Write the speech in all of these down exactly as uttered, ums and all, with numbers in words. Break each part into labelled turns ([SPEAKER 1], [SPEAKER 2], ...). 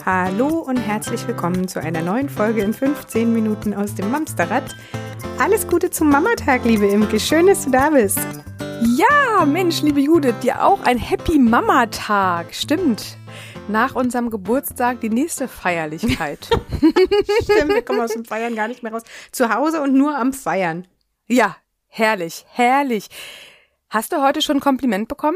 [SPEAKER 1] Hallo und herzlich willkommen zu einer neuen Folge in fünfzehn Minuten aus dem Mamsterrad. Alles Gute zum Mamatag, liebe Imke. Schön, dass du da bist.
[SPEAKER 2] Ja, Mensch, liebe Judith, dir auch ein Happy Mamatag. Stimmt. Nach unserem Geburtstag die nächste Feierlichkeit.
[SPEAKER 1] Stimmt, wir kommen aus dem Feiern gar nicht mehr raus. Zu Hause und nur am Feiern.
[SPEAKER 2] Ja, herrlich, herrlich. Hast du heute schon ein Kompliment bekommen?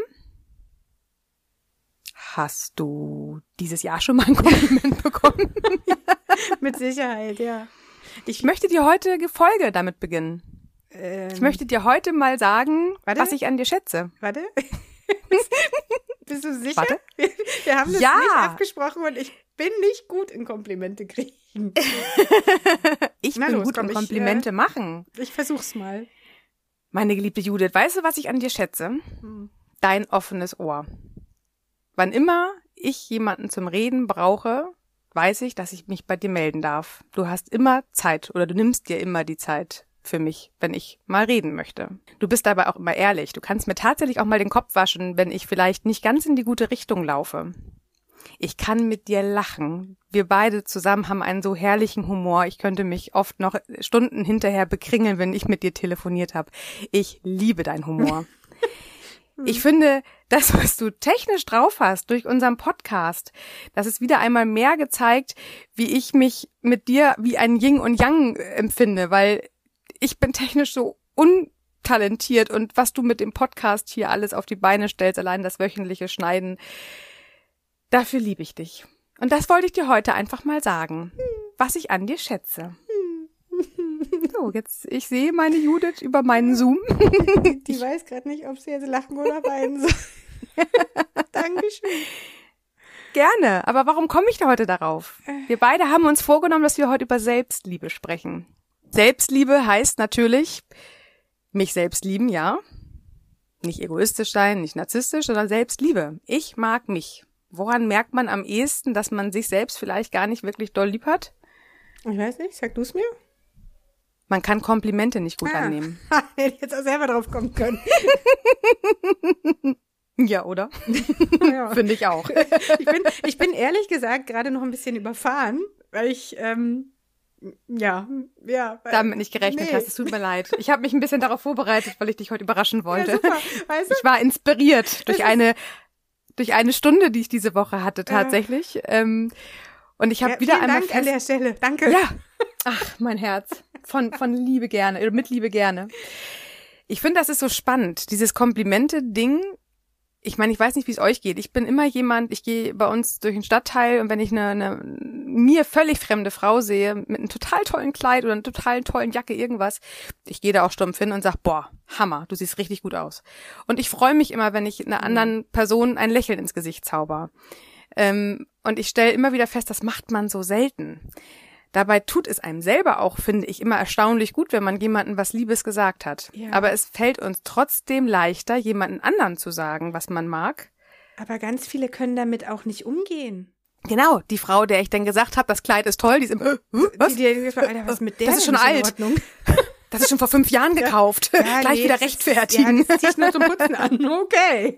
[SPEAKER 2] Hast du dieses Jahr schon mal ein Kompliment bekommen?
[SPEAKER 1] Mit Sicherheit, ja.
[SPEAKER 2] Ich möchte dir heute Folge damit beginnen.
[SPEAKER 1] Ähm,
[SPEAKER 2] Ich möchte dir heute mal sagen,
[SPEAKER 1] Warte.
[SPEAKER 2] was ich an dir schätze.
[SPEAKER 1] Warte. Bist du sicher?
[SPEAKER 2] Warte.
[SPEAKER 1] Wir, wir haben das
[SPEAKER 2] Ja.
[SPEAKER 1] nicht abgesprochen und ich bin nicht gut in Komplimente kriegen.
[SPEAKER 2] Ich
[SPEAKER 1] Na
[SPEAKER 2] bin
[SPEAKER 1] los,
[SPEAKER 2] gut
[SPEAKER 1] komm,
[SPEAKER 2] in
[SPEAKER 1] ich,
[SPEAKER 2] Komplimente
[SPEAKER 1] äh,
[SPEAKER 2] machen.
[SPEAKER 1] Ich versuch's mal.
[SPEAKER 2] Meine geliebte Judith, weißt du, was ich an dir schätze?
[SPEAKER 1] Hm.
[SPEAKER 2] Dein offenes Ohr. Wann immer ich jemanden zum Reden brauche, weiß ich, dass ich mich bei dir melden darf. Du hast immer Zeit oder du nimmst dir immer die Zeit für mich, wenn ich mal reden möchte. Du bist dabei auch immer ehrlich. Du kannst mir tatsächlich auch mal den Kopf waschen, wenn ich vielleicht nicht ganz in die gute Richtung laufe. Ich kann mit dir lachen. Wir beide zusammen haben einen so herrlichen Humor. Ich könnte mich oft noch Stunden hinterher bekringeln, wenn ich mit dir telefoniert habe. Ich liebe deinen Humor. Ich finde, das, was du technisch drauf hast durch unseren Podcast, das ist wieder einmal mehr gezeigt, wie ich mich mit dir wie ein Yin und Yang empfinde, weil ich bin technisch so untalentiert und was du mit dem Podcast hier alles auf die Beine stellst, allein das wöchentliche Schneiden, dafür liebe ich dich. Und das wollte ich dir heute einfach mal sagen, was ich an dir schätze. So, jetzt, ich sehe meine Judith über meinen Zoom.
[SPEAKER 1] Die weiß gerade nicht, ob sie jetzt lachen oder weinen soll. Dankeschön.
[SPEAKER 2] Gerne, aber warum komme ich da heute darauf? Wir beide haben uns vorgenommen, dass wir heute über Selbstliebe sprechen. Selbstliebe heißt natürlich, mich selbst lieben, ja. Nicht egoistisch sein, nicht narzisstisch, sondern Selbstliebe. Ich mag mich. Woran merkt man am ehesten, dass man sich selbst vielleicht gar nicht wirklich doll lieb hat?
[SPEAKER 1] Ich weiß nicht, sag du es mir?
[SPEAKER 2] Man kann Komplimente nicht gut
[SPEAKER 1] Ah.
[SPEAKER 2] annehmen.
[SPEAKER 1] Hätte ich jetzt auch selber drauf kommen können.
[SPEAKER 2] Ja, oder?
[SPEAKER 1] Ja.
[SPEAKER 2] Finde ich auch.
[SPEAKER 1] Ich bin, ich bin ehrlich gesagt gerade noch ein bisschen überfahren, weil ich, ähm, ja, ja. Weil,
[SPEAKER 2] Damit nicht gerechnet
[SPEAKER 1] nee.
[SPEAKER 2] hast, es tut mir leid. Ich habe mich ein bisschen darauf vorbereitet, weil ich dich heute überraschen wollte.
[SPEAKER 1] Ja, super. Weißt du?
[SPEAKER 2] Ich war inspiriert durch
[SPEAKER 1] ist-
[SPEAKER 2] eine durch eine Stunde, die ich diese Woche hatte tatsächlich. Ähm, und ich habe
[SPEAKER 1] Ja,
[SPEAKER 2] wieder
[SPEAKER 1] vielen
[SPEAKER 2] einmal
[SPEAKER 1] Dank an
[SPEAKER 2] fest...
[SPEAKER 1] der Stelle. Danke.
[SPEAKER 2] Ja, ach, mein Herz. Von von Liebe gerne, oder mit Liebe gerne. Ich finde, das ist so spannend, dieses Komplimente-Ding. Ich meine, ich weiß nicht, wie es euch geht. Ich bin immer jemand, ich gehe bei uns durch den Stadtteil und wenn ich eine, eine mir völlig fremde Frau sehe, mit einem total tollen Kleid oder einer total tollen Jacke, irgendwas, ich gehe da auch stumpf hin und sag, boah, Hammer, du siehst richtig gut aus. Und ich freue mich immer, wenn ich einer anderen Person ein Lächeln ins Gesicht zauber. Ähm, und ich stelle immer wieder fest, das macht man so selten. Dabei tut es einem selber auch, finde ich, immer erstaunlich gut, wenn man jemandem was Liebes gesagt hat.
[SPEAKER 1] Ja.
[SPEAKER 2] Aber es fällt uns trotzdem leichter, jemanden anderen zu sagen, was man mag.
[SPEAKER 1] Aber ganz viele können damit auch nicht umgehen.
[SPEAKER 2] Genau, die Frau, der ich dann gesagt habe, das Kleid ist toll, die ist im, äh, was?
[SPEAKER 1] Die, die, die, Alter, was mit der?
[SPEAKER 2] Das ist schon
[SPEAKER 1] nicht in
[SPEAKER 2] alt.
[SPEAKER 1] Ordnung?
[SPEAKER 2] Das ist schon vor fünf Jahren gekauft.
[SPEAKER 1] Ja,
[SPEAKER 2] Gleich
[SPEAKER 1] nee,
[SPEAKER 2] wieder
[SPEAKER 1] das ist-
[SPEAKER 2] rechtfertigen.
[SPEAKER 1] Ja, das zieh ich nur zum Putzen an. Okay.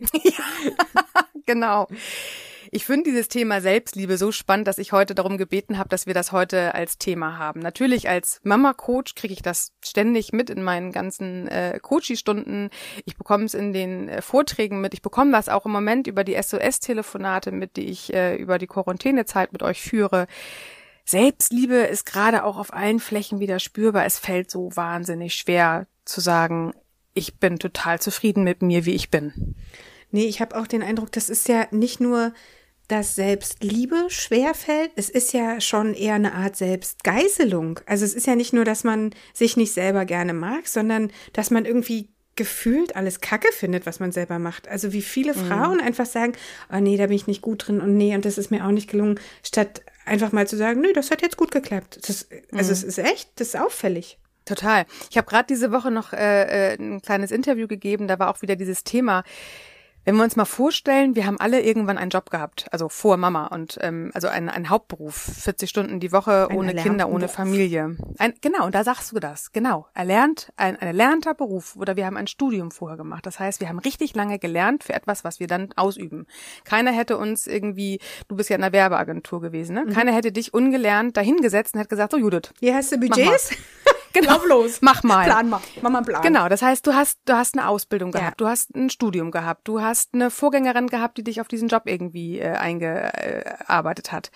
[SPEAKER 2] Genau. Ich finde dieses Thema Selbstliebe so spannend, dass ich heute darum gebeten habe, dass wir das heute als Thema haben. Natürlich als Mama-Coach kriege ich das ständig mit in meinen ganzen äh, Coachie-Stunden. Ich bekomme es in den äh, Vorträgen mit. Ich bekomme das auch im Moment über die S O S-Telefonate mit, die ich äh, über die Quarantänezeit mit euch führe. Selbstliebe ist gerade auch auf allen Flächen wieder spürbar. Es fällt so wahnsinnig schwer zu sagen, ich bin total zufrieden mit mir, wie ich bin.
[SPEAKER 1] Nee, ich habe auch den Eindruck, das ist ja nicht nur, dass Selbstliebe schwerfällt, es ist ja schon eher eine Art Selbstgeißelung. Also es ist ja nicht nur, dass man sich nicht selber gerne mag, sondern dass man irgendwie gefühlt alles Kacke findet, was man selber macht. Also wie viele Frauen einfach sagen, oh nee, da bin ich nicht gut drin und nee, und das ist mir auch nicht gelungen, statt einfach mal zu sagen, nö, das hat jetzt gut geklappt. Das, also es ist echt, das ist auffällig.
[SPEAKER 2] Total. Ich habe gerade diese Woche noch äh, ein kleines Interview gegeben, da war auch wieder dieses Thema, Wenn wir uns mal vorstellen, wir haben alle irgendwann einen Job gehabt, also vor Mama und ähm, also einen, einen Hauptberuf, vierzig Stunden die Woche, ohne Kinder, ohne Familie. Ein, genau, und da sagst du das, genau. Erlernt, ein, ein erlernter Beruf oder wir haben ein Studium vorher gemacht. Das heißt, wir haben richtig lange gelernt für etwas, was wir dann ausüben. Keiner hätte uns irgendwie, du bist ja in einer Werbeagentur gewesen, ne? Mhm. Keiner hätte dich ungelernt dahingesetzt und hätte gesagt, so Judith.
[SPEAKER 1] Hier hast du Budgets?
[SPEAKER 2] Genau.
[SPEAKER 1] Lauf los.
[SPEAKER 2] Mach mal.
[SPEAKER 1] Plan mal. Mach mal einen Plan.
[SPEAKER 2] Genau, das heißt, du hast du hast eine Ausbildung gehabt,
[SPEAKER 1] ja.
[SPEAKER 2] du hast ein Studium gehabt, du hast eine Vorgängerin gehabt, die dich auf diesen Job irgendwie äh, eingearbeitet hat.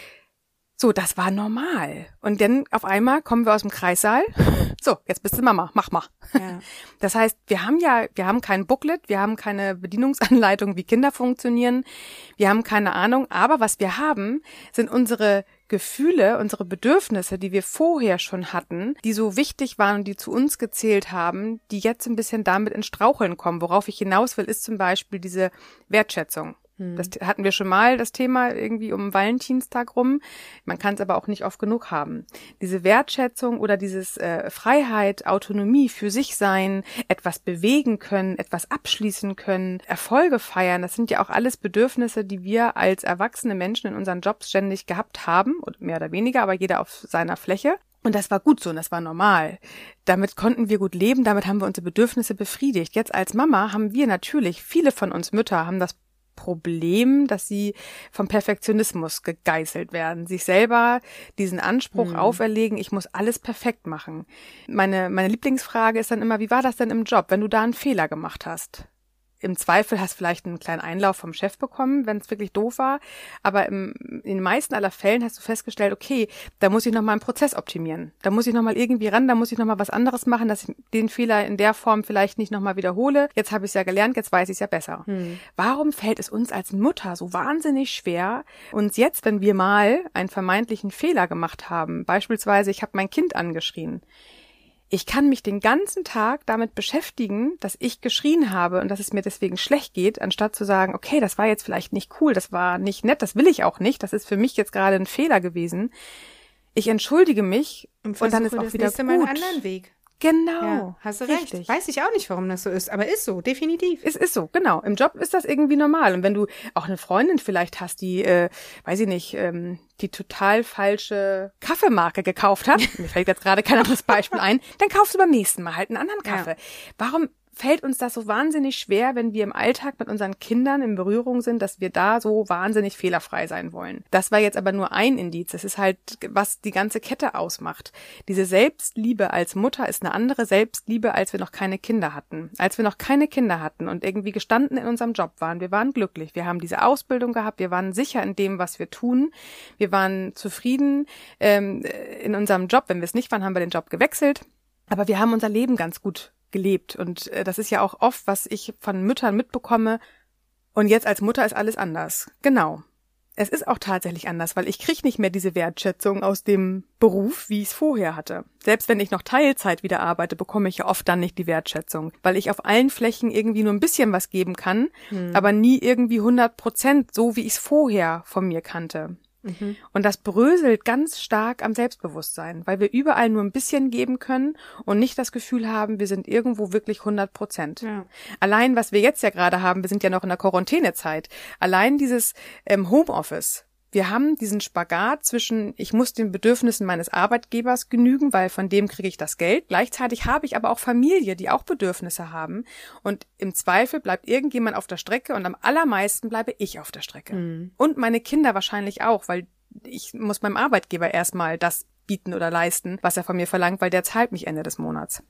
[SPEAKER 2] So, das war normal. Und dann auf einmal kommen wir aus dem Kreissaal. So, jetzt bist du Mama, mach mal. Ja. Das heißt, wir haben ja, wir haben kein Booklet, wir haben keine Bedienungsanleitung, wie Kinder funktionieren, wir haben keine Ahnung, aber was wir haben, sind unsere Gefühle, unsere Bedürfnisse, die wir vorher schon hatten, die so wichtig waren und die zu uns gezählt haben, die jetzt ein bisschen damit ins Straucheln kommen. Worauf ich hinaus will, ist zum Beispiel diese Wertschätzung. Das hatten wir schon mal, das Thema irgendwie um Valentinstag rum. Man kann es aber auch nicht oft genug haben. Diese Wertschätzung oder dieses äh, Freiheit, Autonomie, für sich sein, etwas bewegen können, etwas abschließen können, Erfolge feiern, das sind ja auch alles Bedürfnisse, die wir als erwachsene Menschen in unseren Jobs ständig gehabt haben, mehr oder weniger, aber jeder auf seiner Fläche. Und das war gut so und das war normal. Damit konnten wir gut leben, damit haben wir unsere Bedürfnisse befriedigt. Jetzt als Mama haben wir natürlich, viele von uns Mütter haben das Problem, dass sie vom Perfektionismus gegeißelt werden, sich selber diesen Anspruch mhm. auferlegen, ich muss alles perfekt machen. Meine, meine Lieblingsfrage ist dann immer, wie war das denn im Job, wenn du da einen Fehler gemacht hast? Im Zweifel hast du vielleicht einen kleinen Einlauf vom Chef bekommen, wenn es wirklich doof war. Aber im, in den meisten aller Fällen hast du festgestellt, okay, da muss ich nochmal einen Prozess optimieren. Da muss ich nochmal irgendwie ran, da muss ich nochmal was anderes machen, dass ich den Fehler in der Form vielleicht nicht nochmal wiederhole. Jetzt habe ich es ja gelernt, jetzt weiß ich es ja besser. Hm. Warum fällt es uns als Mutter so wahnsinnig schwer, uns jetzt, wenn wir mal einen vermeintlichen Fehler gemacht haben, beispielsweise ich habe mein Kind angeschrien, ich kann mich den ganzen Tag damit beschäftigen, dass ich geschrien habe und dass es mir deswegen schlecht geht, anstatt zu sagen, okay, das war jetzt vielleicht nicht cool, das war nicht nett, das will ich auch nicht, das ist für mich jetzt gerade ein Fehler gewesen. Ich entschuldige mich und, und dann ist auch wieder gut.
[SPEAKER 1] Mal einen anderen Weg.
[SPEAKER 2] Genau.
[SPEAKER 1] Ja, hast du recht. Richtig. Weiß ich auch nicht, warum das so ist, aber ist so, definitiv.
[SPEAKER 2] Es ist so, genau. Im Job ist das irgendwie normal. Und wenn du auch eine Freundin vielleicht hast, die, äh, weiß ich nicht, ähm, die total falsche Kaffeemarke gekauft hat, mir fällt jetzt gerade kein anderes Beispiel ein, dann kaufst du beim nächsten Mal halt einen anderen Kaffee. Ja. Warum fällt uns das so wahnsinnig schwer, wenn wir im Alltag mit unseren Kindern in Berührung sind, dass wir da so wahnsinnig fehlerfrei sein wollen? Das war jetzt aber nur ein Indiz. Das ist halt, was die ganze Kette ausmacht. Diese Selbstliebe als Mutter ist eine andere Selbstliebe, als wir noch keine Kinder hatten. Als wir noch keine Kinder hatten und irgendwie gestanden in unserem Job waren, wir waren glücklich. Wir haben diese Ausbildung gehabt, wir waren sicher in dem, was wir tun. Wir waren zufrieden ähm, in unserem Job. Wenn wir es nicht waren, haben wir den Job gewechselt. Aber wir haben unser Leben ganz gut gelebt. Und äh, das ist ja auch oft, was ich von Müttern mitbekomme. Und jetzt als Mutter ist alles anders. Genau. Es ist auch tatsächlich anders, weil ich kriege nicht mehr diese Wertschätzung aus dem Beruf, wie ich es vorher hatte. Selbst wenn ich noch Teilzeit wieder arbeite, bekomme ich ja oft dann nicht die Wertschätzung, weil ich auf allen Flächen irgendwie nur ein bisschen was geben kann, hm. aber nie irgendwie hundert Prozent, so wie ich es vorher von mir kannte. Mhm. Und das bröselt ganz stark am Selbstbewusstsein, weil wir überall nur ein bisschen geben können und nicht das Gefühl haben, wir sind irgendwo wirklich hundert Prozent. Ja. Allein, was wir jetzt ja gerade haben, wir sind ja noch in der Quarantänezeit, allein dieses ähm, Homeoffice, wir haben diesen Spagat zwischen, ich muss den Bedürfnissen meines Arbeitgebers genügen, weil von dem kriege ich das Geld. Gleichzeitig habe ich aber auch Familie, die auch Bedürfnisse haben. Und im Zweifel bleibt irgendjemand auf der Strecke und am allermeisten bleibe ich auf der Strecke. Mhm. Und meine Kinder wahrscheinlich auch, weil ich muss meinem Arbeitgeber erstmal das bieten oder leisten, was er von mir verlangt, weil der zahlt mich Ende des Monats.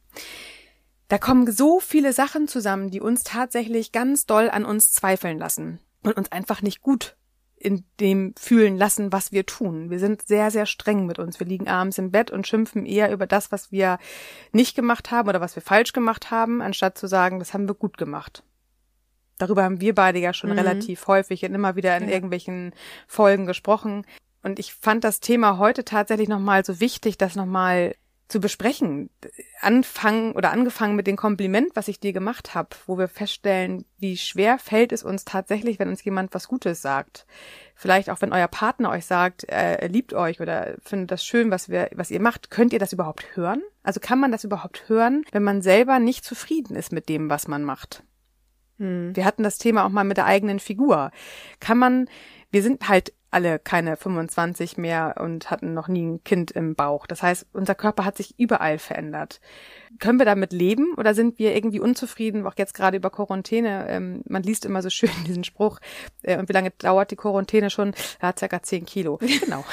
[SPEAKER 2] Da kommen so viele Sachen zusammen, die uns tatsächlich ganz doll an uns zweifeln lassen und uns einfach nicht gut in dem fühlen lassen, was wir tun. Wir sind sehr, sehr streng mit uns. Wir liegen abends im Bett und schimpfen eher über das, was wir nicht gemacht haben oder was wir falsch gemacht haben, anstatt zu sagen, das haben wir gut gemacht. Darüber haben wir beide ja schon mhm. relativ häufig und immer wieder in ja. irgendwelchen Folgen gesprochen. Und ich fand das Thema heute tatsächlich nochmal so wichtig, das nochmal zu besprechen. Anfangen oder angefangen mit dem Kompliment, was ich dir gemacht habe, wo wir feststellen, wie schwer fällt es uns tatsächlich, wenn uns jemand was Gutes sagt. Vielleicht auch, wenn euer Partner euch sagt, er liebt euch oder findet das schön, was wir, was ihr macht. Könnt ihr das überhaupt hören? Also kann man das überhaupt hören, wenn man selber nicht zufrieden ist mit dem, was man macht? Hm. Wir hatten das Thema auch mal mit der eigenen Figur. Kann man, wir sind halt alle keine fünfundzwanzig mehr und hatten noch nie ein Kind im Bauch. Das heißt, unser Körper hat sich überall verändert. Können wir damit leben oder sind wir irgendwie unzufrieden, auch jetzt gerade über Quarantäne? Ähm, man liest immer so schön diesen Spruch, äh, und wie lange dauert die Quarantäne schon? Ja, circa zehn Kilo. Genau.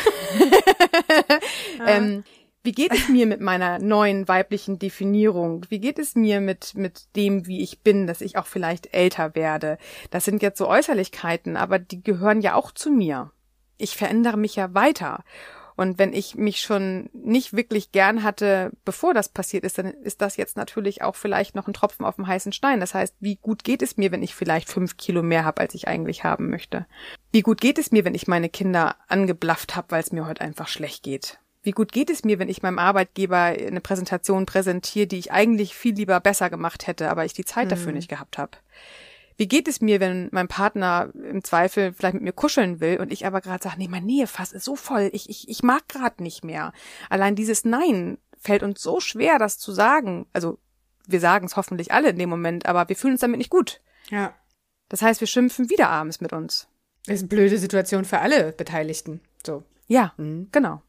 [SPEAKER 2] ähm, Wie geht es mir mit meiner neuen weiblichen Definierung? Wie geht es mir mit mit dem, wie ich bin, dass ich auch vielleicht älter werde? Das sind jetzt so Äußerlichkeiten, aber die gehören ja auch zu mir. Ich verändere mich ja weiter. Und wenn ich mich schon nicht wirklich gern hatte, bevor das passiert ist, dann ist das jetzt natürlich auch vielleicht noch ein Tropfen auf dem heißen Stein. Das heißt, wie gut geht es mir, wenn ich vielleicht fünf Kilo mehr habe, als ich eigentlich haben möchte? Wie gut geht es mir, wenn ich meine Kinder angeblafft habe, weil es mir heute einfach schlecht geht? Wie gut geht es mir, wenn ich meinem Arbeitgeber eine Präsentation präsentiere, die ich eigentlich viel lieber besser gemacht hätte, aber ich die Zeit dafür nicht gehabt habe? Wie geht es mir, wenn mein Partner im Zweifel vielleicht mit mir kuscheln will und ich aber gerade sage, nee, mein Nähefass ist so voll, ich ich ich mag gerade nicht mehr. Allein dieses Nein fällt uns so schwer, das zu sagen. Also wir sagen es hoffentlich alle in dem Moment, aber wir fühlen uns damit nicht gut.
[SPEAKER 1] Ja.
[SPEAKER 2] Das heißt, wir schimpfen wieder abends mit uns.
[SPEAKER 1] Das ist eine blöde Situation für alle Beteiligten. So.
[SPEAKER 2] Ja, mhm. Genau.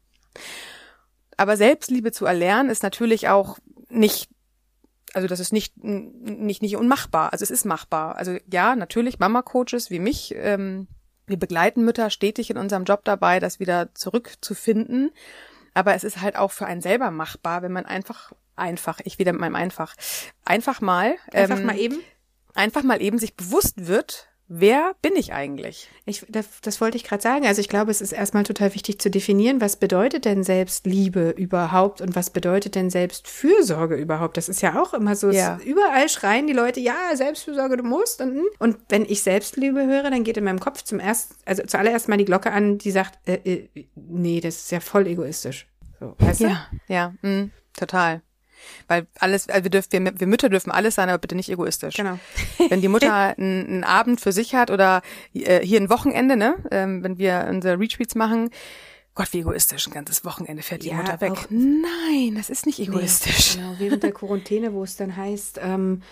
[SPEAKER 2] Aber Selbstliebe zu erlernen ist natürlich auch nicht, also das ist nicht nicht nicht unmachbar. Also es ist machbar. Also ja, natürlich Mama-Coaches wie mich, ähm, wir begleiten Mütter stetig in unserem Job dabei, das wieder zurückzufinden. Aber es ist halt auch für einen selber machbar, wenn man einfach, einfach, ich wieder mit meinem einfach, einfach mal,
[SPEAKER 1] einfach
[SPEAKER 2] ähm,
[SPEAKER 1] mal eben,
[SPEAKER 2] einfach mal eben sich bewusst wird, wer bin ich eigentlich?
[SPEAKER 1] Ich, das, das wollte ich gerade sagen. Also ich glaube, es ist erstmal total wichtig zu definieren, was bedeutet denn Selbstliebe überhaupt und was bedeutet denn Selbstfürsorge überhaupt? Das ist ja auch immer so,
[SPEAKER 2] Ja.
[SPEAKER 1] es, überall schreien die Leute, ja, Selbstfürsorge, du musst. Und, und wenn ich Selbstliebe höre, dann geht in meinem Kopf zum erst, also zuallererst mal die Glocke an, die sagt, äh, äh, nee, das ist ja voll egoistisch. So, weißt du?
[SPEAKER 2] Ja, ja, mh, total. Weil alles, also wir dürfen, wir, wir Mütter dürfen alles sein, aber bitte nicht egoistisch.
[SPEAKER 1] Genau.
[SPEAKER 2] Wenn die Mutter einen, einen Abend für sich hat oder äh, hier ein Wochenende, ne, ähm, wenn wir unsere Retreats machen, Gott, wie egoistisch, ein ganzes Wochenende fährt die
[SPEAKER 1] Ja,
[SPEAKER 2] Mutter weg.
[SPEAKER 1] auch-
[SPEAKER 2] Nein, das ist nicht egoistisch.
[SPEAKER 1] Nee, genau, während der Quarantäne, wo es dann heißt, ähm,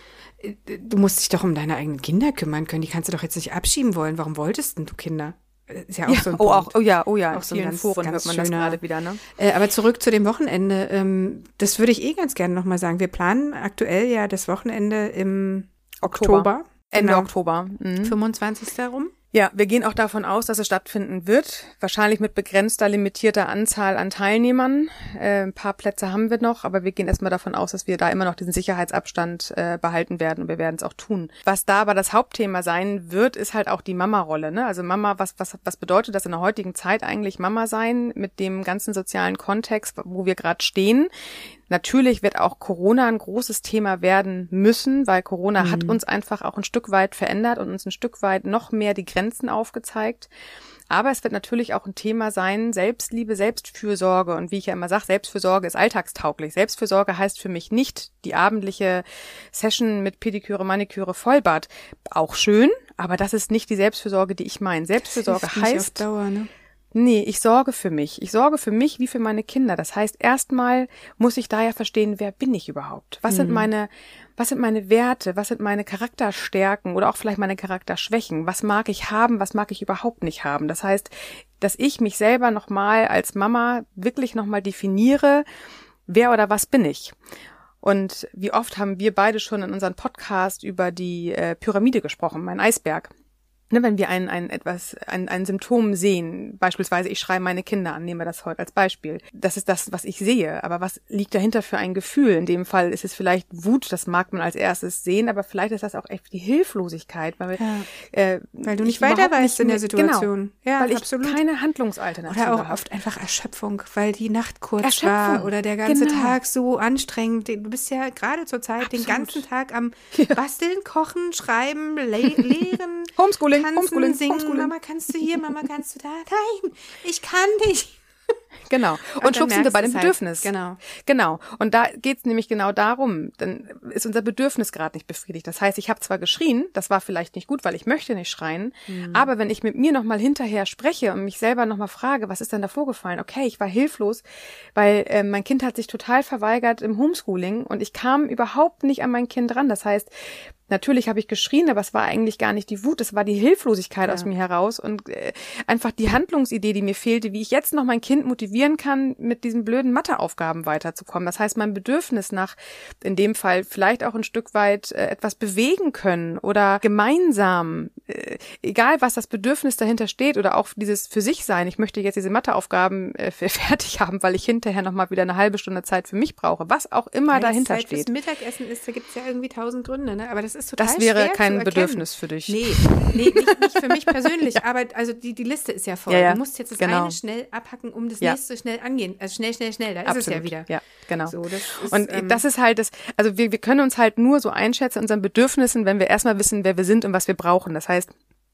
[SPEAKER 1] du musst dich doch um deine eigenen Kinder kümmern können, die kannst du doch jetzt nicht abschieben wollen. Warum wolltest denn du Kinder? Ist ja auch
[SPEAKER 2] Ja,
[SPEAKER 1] so ein
[SPEAKER 2] oh,
[SPEAKER 1] Punkt.
[SPEAKER 2] auch, oh ja, oh ja,
[SPEAKER 1] Auch
[SPEAKER 2] in
[SPEAKER 1] so ein
[SPEAKER 2] vielen
[SPEAKER 1] ganz-
[SPEAKER 2] Foren
[SPEAKER 1] ganz
[SPEAKER 2] hört man das
[SPEAKER 1] schöner-
[SPEAKER 2] gerade wieder, ne?
[SPEAKER 1] Äh, aber zurück zu dem Wochenende. Ähm, das würde ich eh ganz gerne nochmal sagen. Wir planen aktuell ja das Wochenende im
[SPEAKER 2] Oktober.
[SPEAKER 1] Oktober.
[SPEAKER 2] Ende
[SPEAKER 1] Genau.
[SPEAKER 2] Oktober. Mhm.
[SPEAKER 1] fünfundzwanzigsten rum.
[SPEAKER 2] Ja, wir gehen auch davon aus, dass es stattfinden wird. Wahrscheinlich mit begrenzter, limitierter Anzahl an Teilnehmern. Äh, ein paar Plätze haben wir noch, aber wir gehen erstmal davon aus, dass wir da immer noch diesen Sicherheitsabstand äh, behalten werden und wir werden es auch tun. Was da aber das Hauptthema sein wird, ist halt auch die Mama-Rolle, ne? Also Mama, was, was, was bedeutet das in der heutigen Zeit eigentlich Mama sein mit dem ganzen sozialen Kontext, wo wir gerade stehen? Natürlich wird auch Corona ein großes Thema werden müssen, weil Corona mhm. hat uns einfach auch ein Stück weit verändert und uns ein Stück weit noch mehr die Grenzen aufgezeigt. Aber es wird natürlich auch ein Thema sein, Selbstliebe, Selbstfürsorge. Und wie ich ja immer sage, Selbstfürsorge ist alltagstauglich. Selbstfürsorge heißt für mich nicht die abendliche Session mit Pediküre, Maniküre, Vollbad. Auch schön, aber das ist nicht die Selbstfürsorge, die ich meine. Selbstfürsorge
[SPEAKER 1] Das hilft nicht
[SPEAKER 2] heißt...
[SPEAKER 1] auf Dauer, ne?
[SPEAKER 2] Nee, ich sorge für mich. Ich sorge für mich wie für meine Kinder. Das heißt, erstmal muss ich da ja verstehen, wer bin ich überhaupt? Was sind meine, was sind meine Werte? Was sind meine Charakterstärken oder auch vielleicht meine Charakterschwächen? Was mag ich haben? Was mag ich überhaupt nicht haben? Das heißt, dass ich mich selber nochmal als Mama wirklich nochmal definiere, wer oder was bin ich? Und wie oft haben wir beide schon in unserem Podcast über die äh, Pyramide gesprochen, mein Eisberg. Ne, wenn wir ein, ein etwas, ein, ein Symptom sehen, beispielsweise ich schreie meine Kinder an, nehmen wir das heute als Beispiel. Das ist das, was ich sehe. Aber was liegt dahinter für ein Gefühl? In dem Fall ist es vielleicht Wut, das mag man als erstes sehen, aber vielleicht ist das auch echt die Hilflosigkeit, weil,
[SPEAKER 1] Ja.
[SPEAKER 2] äh,
[SPEAKER 1] Weil du nicht
[SPEAKER 2] ich
[SPEAKER 1] weiter
[SPEAKER 2] überhaupt
[SPEAKER 1] weißt in der
[SPEAKER 2] mehr-
[SPEAKER 1] Situation.
[SPEAKER 2] Genau,
[SPEAKER 1] Ja,
[SPEAKER 2] weil ich
[SPEAKER 1] absolut.
[SPEAKER 2] keine Handlungsalternative
[SPEAKER 1] Oder auch
[SPEAKER 2] habe.
[SPEAKER 1] oft einfach Erschöpfung, weil die Nacht kurz
[SPEAKER 2] Erschöpfung,
[SPEAKER 1] war oder der ganze
[SPEAKER 2] genau.
[SPEAKER 1] Tag so anstrengend. Du bist ja gerade zur Zeit den
[SPEAKER 2] Absolut.
[SPEAKER 1] ganzen Tag am Basteln, Kochen, Schreiben, le lehren,
[SPEAKER 2] Homeschooling,
[SPEAKER 1] tanzen,
[SPEAKER 2] Homeschooling,
[SPEAKER 1] singen.
[SPEAKER 2] Homeschooling.
[SPEAKER 1] Mama, kannst du hier, Mama, kannst du da? Nein, ich kann nicht.
[SPEAKER 2] Genau. Und,
[SPEAKER 1] dann
[SPEAKER 2] schwupp sind wir
[SPEAKER 1] merkst
[SPEAKER 2] bei
[SPEAKER 1] du
[SPEAKER 2] dem
[SPEAKER 1] es halt.
[SPEAKER 2] Bedürfnis.
[SPEAKER 1] Genau.
[SPEAKER 2] Genau. Und da geht's nämlich genau darum. Dann ist unser Bedürfnis gerade nicht befriedigt. Das heißt, ich habe zwar geschrien, das war vielleicht nicht gut, weil ich möchte nicht schreien,
[SPEAKER 1] Mhm.
[SPEAKER 2] aber wenn ich mit mir nochmal hinterher spreche und mich selber nochmal frage, was ist denn da vorgefallen? Okay, ich war hilflos, weil äh, mein Kind hat sich total verweigert im Homeschooling und ich kam überhaupt nicht an mein Kind ran. Das heißt, Natürlich habe ich geschrien, aber es war eigentlich gar nicht die Wut, es war die Hilflosigkeit
[SPEAKER 1] ja.
[SPEAKER 2] aus mir heraus und äh, einfach die Handlungsidee, die mir fehlte, wie ich jetzt noch mein Kind motivieren kann, mit diesen blöden Matheaufgaben weiterzukommen. Das heißt, mein Bedürfnis nach, in dem Fall vielleicht auch ein Stück weit äh, etwas bewegen können oder gemeinsam, äh, egal was das Bedürfnis dahinter steht oder auch dieses für sich sein, ich möchte jetzt diese Matheaufgaben äh, fertig haben, weil ich hinterher nochmal wieder eine halbe Stunde Zeit für mich brauche, was auch immer
[SPEAKER 1] Weil
[SPEAKER 2] dahinter
[SPEAKER 1] Zeit
[SPEAKER 2] steht.
[SPEAKER 1] Fürs Mittagessen ist, da gibt es ja irgendwie tausend Gründe, ne? Aber das ist total
[SPEAKER 2] Das wäre
[SPEAKER 1] schwer
[SPEAKER 2] kein
[SPEAKER 1] zu
[SPEAKER 2] Bedürfnis für dich.
[SPEAKER 1] Nee, nee nicht, nicht für mich persönlich, ja. aber also die, die Liste ist ja voll.
[SPEAKER 2] Ja, ja.
[SPEAKER 1] Du musst jetzt das
[SPEAKER 2] Genau.
[SPEAKER 1] eine schnell abhacken, um das
[SPEAKER 2] ja.
[SPEAKER 1] nächste schnell angehen. Also schnell, schnell, schnell, da ist
[SPEAKER 2] Absolut.
[SPEAKER 1] es ja wieder.
[SPEAKER 2] Ja, genau.
[SPEAKER 1] So, das ist,
[SPEAKER 2] und
[SPEAKER 1] ähm,
[SPEAKER 2] das ist halt das, also wir, wir können uns halt nur so einschätzen, unseren Bedürfnissen, wenn wir erstmal wissen, wer wir sind und was wir brauchen. Das heißt,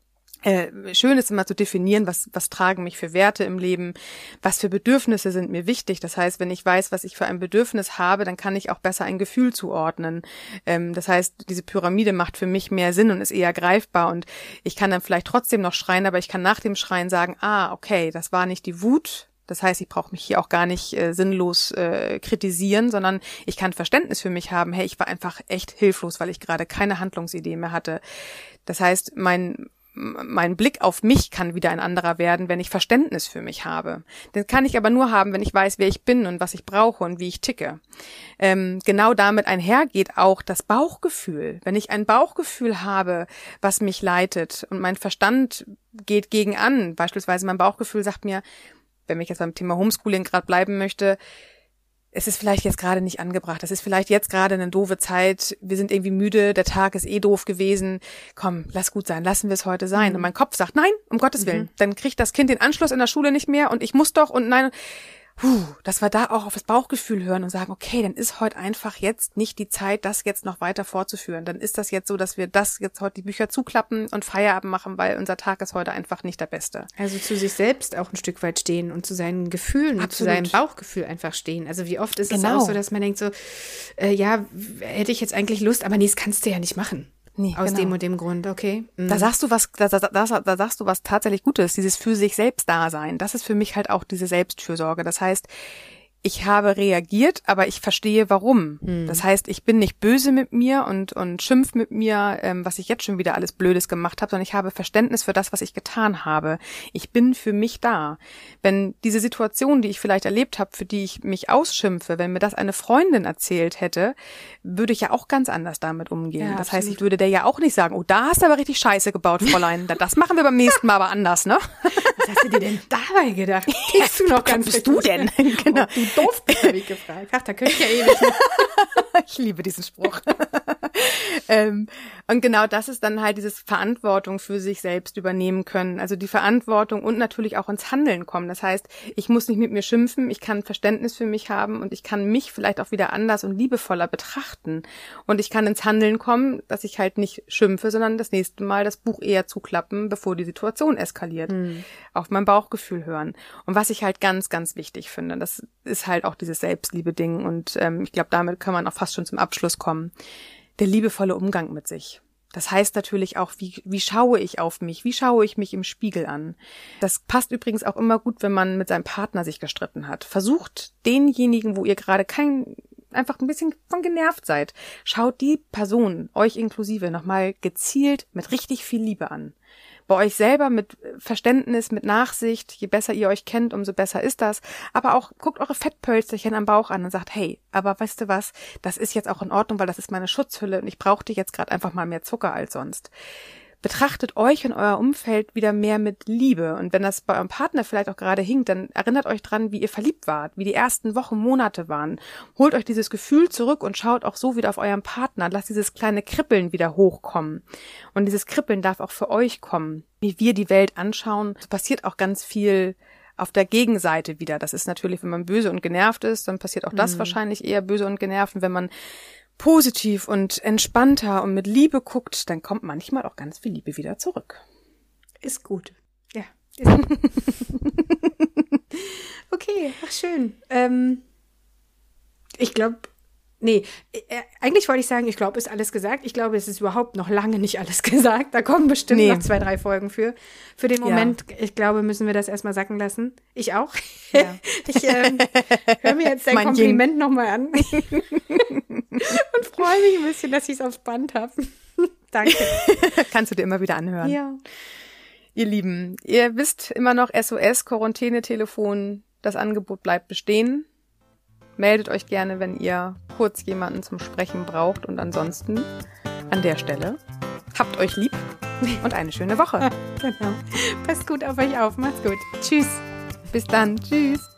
[SPEAKER 2] Äh, schön ist immer zu definieren, was, was tragen mich für Werte im Leben, was für Bedürfnisse sind mir wichtig. Das heißt, wenn ich weiß, was ich für ein Bedürfnis habe, dann kann ich auch besser ein Gefühl zuordnen. Ähm, das heißt, diese Pyramide macht für mich mehr Sinn und ist eher greifbar und ich kann dann vielleicht trotzdem noch schreien, aber ich kann nach dem Schreien sagen, ah, okay, das war nicht die Wut. Das heißt, ich brauche mich hier auch gar nicht äh, sinnlos äh, kritisieren, sondern ich kann Verständnis für mich haben. Hey, ich war einfach echt hilflos, weil ich gerade keine Handlungsidee mehr hatte. Das heißt, mein mein Blick auf mich kann wieder ein anderer werden, wenn ich Verständnis für mich habe. Den kann ich aber nur haben, wenn ich weiß, wer ich bin und was ich brauche und wie ich ticke. Ähm, genau damit einhergeht auch das Bauchgefühl. Wenn ich ein Bauchgefühl habe, was mich leitet und mein Verstand geht gegen an, beispielsweise mein Bauchgefühl sagt mir, wenn ich jetzt beim Thema Homeschooling gerade bleiben möchte, es ist vielleicht jetzt gerade nicht angebracht, das ist vielleicht jetzt gerade eine doofe Zeit, wir sind irgendwie müde, der Tag ist eh doof gewesen, komm, lass gut sein, lassen wir es heute sein. Mhm. Und mein Kopf sagt, nein, um Gottes Willen, mhm. dann kriegt das Kind den Anschluss in der Schule nicht mehr und ich muss doch und nein. Puh, dass wir da auch auf das Bauchgefühl hören und sagen, okay, dann ist heute einfach jetzt nicht die Zeit, das jetzt noch weiter fortzuführen. Dann ist das jetzt so, dass wir das jetzt heute die Bücher zuklappen und Feierabend machen, weil unser Tag ist heute einfach nicht der beste.
[SPEAKER 1] Also zu sich selbst auch ein Stück weit stehen und zu seinen Gefühlen, und zu seinem Bauchgefühl einfach stehen. Also wie oft ist genau. es auch so, dass man denkt so, äh, ja, hätte ich jetzt eigentlich Lust, aber nee, das kannst du ja nicht machen. Nee, Aus genau. dem und dem Grund, okay. Mhm.
[SPEAKER 2] Da sagst du was, da, da, da, da sagst du was tatsächlich Gutes, dieses für sich selbst Dasein. Das ist für mich halt auch diese Selbstfürsorge. Das heißt, ich habe reagiert, aber ich verstehe, warum. Hm. Das heißt, ich bin nicht böse mit mir und und schimpf mit mir, ähm, was ich jetzt schon wieder alles Blödes gemacht habe, sondern ich habe Verständnis für das, was ich getan habe. Ich bin für mich da. Wenn diese Situation, die ich vielleicht erlebt habe, für die ich mich ausschimpfe, wenn mir das eine Freundin erzählt hätte, würde ich ja auch ganz anders damit umgehen. Ja, das absolut. heißt, ich würde der ja auch nicht sagen, oh, da hast du aber richtig Scheiße gebaut, Fräulein. Das machen wir beim nächsten Mal aber anders, ne?
[SPEAKER 1] Was hast du dir denn dabei gedacht? Tickst du noch ganz
[SPEAKER 2] bist du denn?
[SPEAKER 1] Genau. Oh, doof, habe ich gefragt. Ach, da könnte ich ja ewig.
[SPEAKER 2] Ich liebe diesen Spruch. ähm, und genau das ist dann halt dieses Verantwortung für sich selbst übernehmen können. Also die Verantwortung und natürlich auch ins Handeln kommen. Das heißt, ich muss nicht mit mir schimpfen, ich kann Verständnis für mich haben und ich kann mich vielleicht auch wieder anders und liebevoller betrachten. Und ich kann ins Handeln kommen, dass ich halt nicht schimpfe, sondern das nächste Mal das Buch eher zuklappen, bevor die Situation eskaliert. Mhm. Auf mein Bauchgefühl hören. Und was ich halt ganz, ganz wichtig finde, das ist halt auch dieses Selbstliebe-Ding. Und ähm, ich glaube, damit kann man auch fast schon zum Abschluss kommen. Der liebevolle Umgang mit sich. Das heißt natürlich auch, wie, wie schaue ich auf mich? Wie schaue ich mich im Spiegel an? Das passt übrigens auch immer gut, wenn man mit seinem Partner sich gestritten hat. Versucht denjenigen, wo ihr gerade kein, einfach ein bisschen von genervt seid, schaut die Person, euch inklusive, nochmal gezielt mit richtig viel Liebe an. Bei euch selber mit Verständnis, mit Nachsicht, je besser ihr euch kennt, umso besser ist das. Aber auch guckt eure Fettpölzerchen am Bauch an und sagt, hey, aber weißt du was, das ist jetzt auch in Ordnung, weil das ist meine Schutzhülle und ich brauchte jetzt gerade einfach mal mehr Zucker als sonst. Betrachtet euch und euer Umfeld wieder mehr mit Liebe. Und wenn das bei eurem Partner vielleicht auch gerade hinkt, dann erinnert euch dran, wie ihr verliebt wart, wie die ersten Wochen, Monate waren. Holt euch dieses Gefühl zurück und schaut auch so wieder auf euren Partner. Lasst dieses kleine Kribbeln wieder hochkommen. Und dieses Kribbeln darf auch für euch kommen. Wie wir die Welt anschauen, so passiert auch ganz viel auf der Gegenseite wieder. Das ist natürlich, wenn man böse und genervt ist, dann passiert auch das mhm. wahrscheinlich eher böse und genervt. Und wenn man positiv und entspannter und mit Liebe guckt, dann kommt manchmal auch ganz viel Liebe wieder zurück.
[SPEAKER 1] Ist gut. Ja. Ist gut. Okay, ach schön. Ähm, ich glaube, Nee, äh, eigentlich wollte ich sagen, ich glaube, ist alles gesagt. Ich glaube, es ist überhaupt noch lange nicht alles gesagt. Da kommen bestimmt
[SPEAKER 2] Nee.
[SPEAKER 1] noch zwei, drei Folgen für. Für den Moment, ja. Ich glaube, müssen wir das erstmal sacken lassen. Ich auch.
[SPEAKER 2] Ja.
[SPEAKER 1] Ich ähm, höre mir jetzt dein
[SPEAKER 2] Mein
[SPEAKER 1] Kompliment nochmal an und freue mich ein bisschen, dass ich es aufs Band habe. Danke.
[SPEAKER 2] Kannst du dir immer wieder anhören.
[SPEAKER 1] Ja.
[SPEAKER 2] Ihr Lieben, ihr wisst immer noch S O S, Quarantänetelefon, das Angebot bleibt bestehen. Meldet euch gerne, wenn ihr kurz jemanden zum Sprechen braucht. Und ansonsten an der Stelle, habt euch lieb und eine schöne Woche.
[SPEAKER 1] Genau. Passt gut auf euch auf. Macht's gut. Tschüss.
[SPEAKER 2] Bis dann. Tschüss.